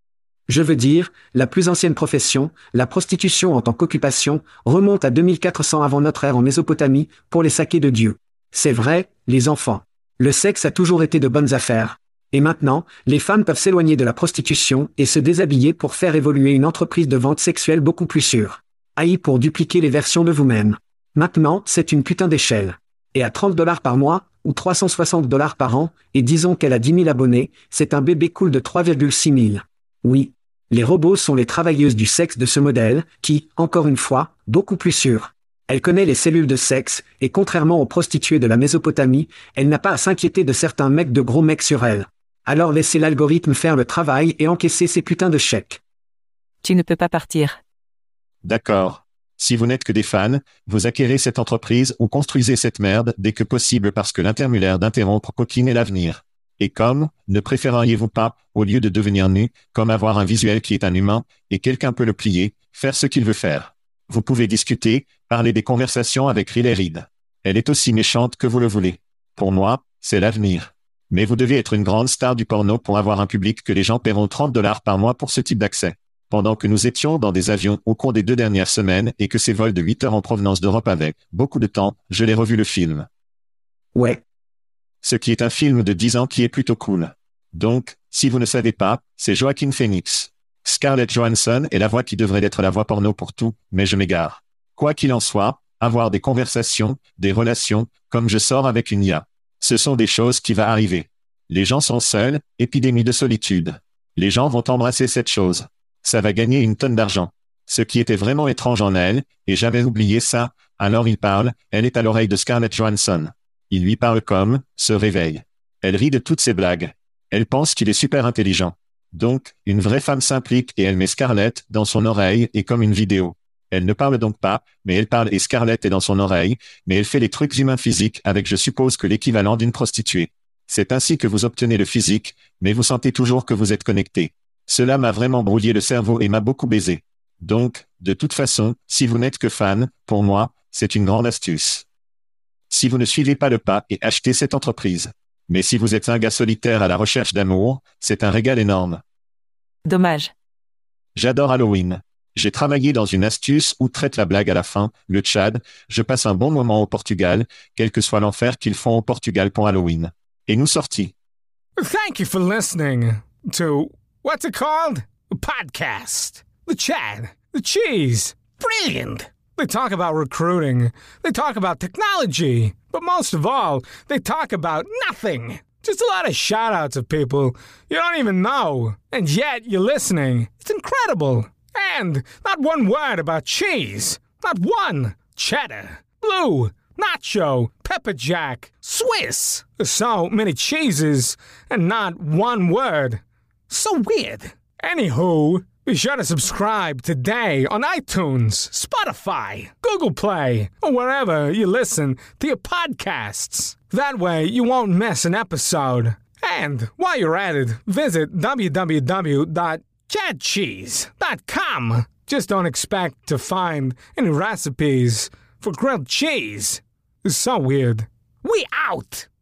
Je veux dire, la plus ancienne profession, la prostitution en tant qu'occupation, remonte à deux mille quatre cents avant notre ère en Mésopotamie, pour les saquets de Dieu. C'est vrai, les enfants. Le sexe a toujours été de bonnes affaires. Et maintenant, les femmes peuvent s'éloigner de la prostitution et se déshabiller pour faire évoluer une entreprise de vente sexuelle beaucoup plus sûre. A I pour dupliquer les versions de vous-même. Maintenant, c'est une putain d'échelle. Et à trente dollars par mois, ou trois cent soixante dollars par an, et disons qu'elle a dix mille abonnés, c'est un bébé cool de trois virgule six mille. Oui. Les robots sont les travailleuses du sexe de ce modèle, qui, encore une fois, beaucoup plus sûres. Elle connaît les cellules de sexe, et contrairement aux prostituées de la Mésopotamie, elle n'a pas à s'inquiéter de certains mecs de gros mecs sur elle. Alors laissez l'algorithme faire le travail et encaisser ces putains de chèques. Tu ne peux pas partir. D'accord. Si vous n'êtes que des fans, vous acquérez cette entreprise ou construisez cette merde dès que possible parce que l'intermulaire d'interrompre coquine est l'avenir. Et comme, ne préféreriez-vous pas, au lieu de devenir nu, comme avoir un visuel qui est un humain, et quelqu'un peut le plier, faire ce qu'il veut faire. Vous pouvez discuter, parler des conversations avec Riley Reid. Elle est aussi méchante que vous le voulez. Pour moi, c'est l'avenir. Mais vous devez être une grande star du porno pour avoir un public que les gens paieront trente dollars par mois pour ce type d'accès. Pendant que nous étions dans des avions au cours des deux dernières semaines et que ces vols de huit heures en provenance d'Europe avec beaucoup de temps, je l'ai revu le film. Ouais. Ce qui est un film de dix ans qui est plutôt cool. Donc, si vous ne savez pas, c'est Joaquin Phoenix. Scarlett Johansson est la voix qui devrait être la voix porno pour tout, mais je m'égare. Quoi qu'il en soit, avoir des conversations, des relations, comme je sors avec une I A. Ce sont des choses qui vont arriver. Les gens sont seuls, épidémie de solitude. Les gens vont embrasser cette chose. Ça va gagner une tonne d'argent. Ce qui était vraiment étrange en elle, et j'avais oublié ça, alors il parle, elle est à l'oreille de Scarlett Johansson. Il lui parle comme, se réveille. Elle rit de toutes ses blagues. Elle pense qu'il est super intelligent. Donc, une vraie femme s'implique et elle met Scarlett dans son oreille et comme une vidéo. Elle ne parle donc pas, mais elle parle et Scarlett est dans son oreille, mais elle fait les trucs humains physiques avec je suppose que l'équivalent d'une prostituée. C'est ainsi que vous obtenez le physique, mais vous sentez toujours que vous êtes connecté. Cela m'a vraiment brouillé le cerveau et m'a beaucoup baisé. Donc, de toute façon, si vous n'êtes que fan, pour moi, c'est une grande astuce. Si vous ne suivez pas le pas et achetez cette entreprise. Mais si vous êtes un gars solitaire à la recherche d'amour, c'est un régal énorme. Dommage. J'adore Halloween. J'ai travaillé dans une astuce où traite la blague à la fin, le Tchad, je passe un bon moment au Portugal, quel que soit l'enfer qu'ils font au Portugal pour Halloween. Et nous sortis. Thank you for listening to, what's it called? A podcast. The Chad. The Cheese. Brilliant. They talk about recruiting. They talk about technology. But most of all, they talk about nothing. Just a lot of shout-outs of people you don't even know. And yet you're listening. It's incredible. And not one word about cheese. Not one. Cheddar. Blue. Nacho. Pepper Jack. Swiss. So many cheeses and not one word. So weird. Anywho, be sure to subscribe today on iTunes, Spotify, Google Play, or wherever you listen to your podcasts. That way you won't miss an episode. And while you're at it, visit w w w dot chad cheese dot com. Just don't expect to find any recipes for grilled cheese. It's so weird. We out!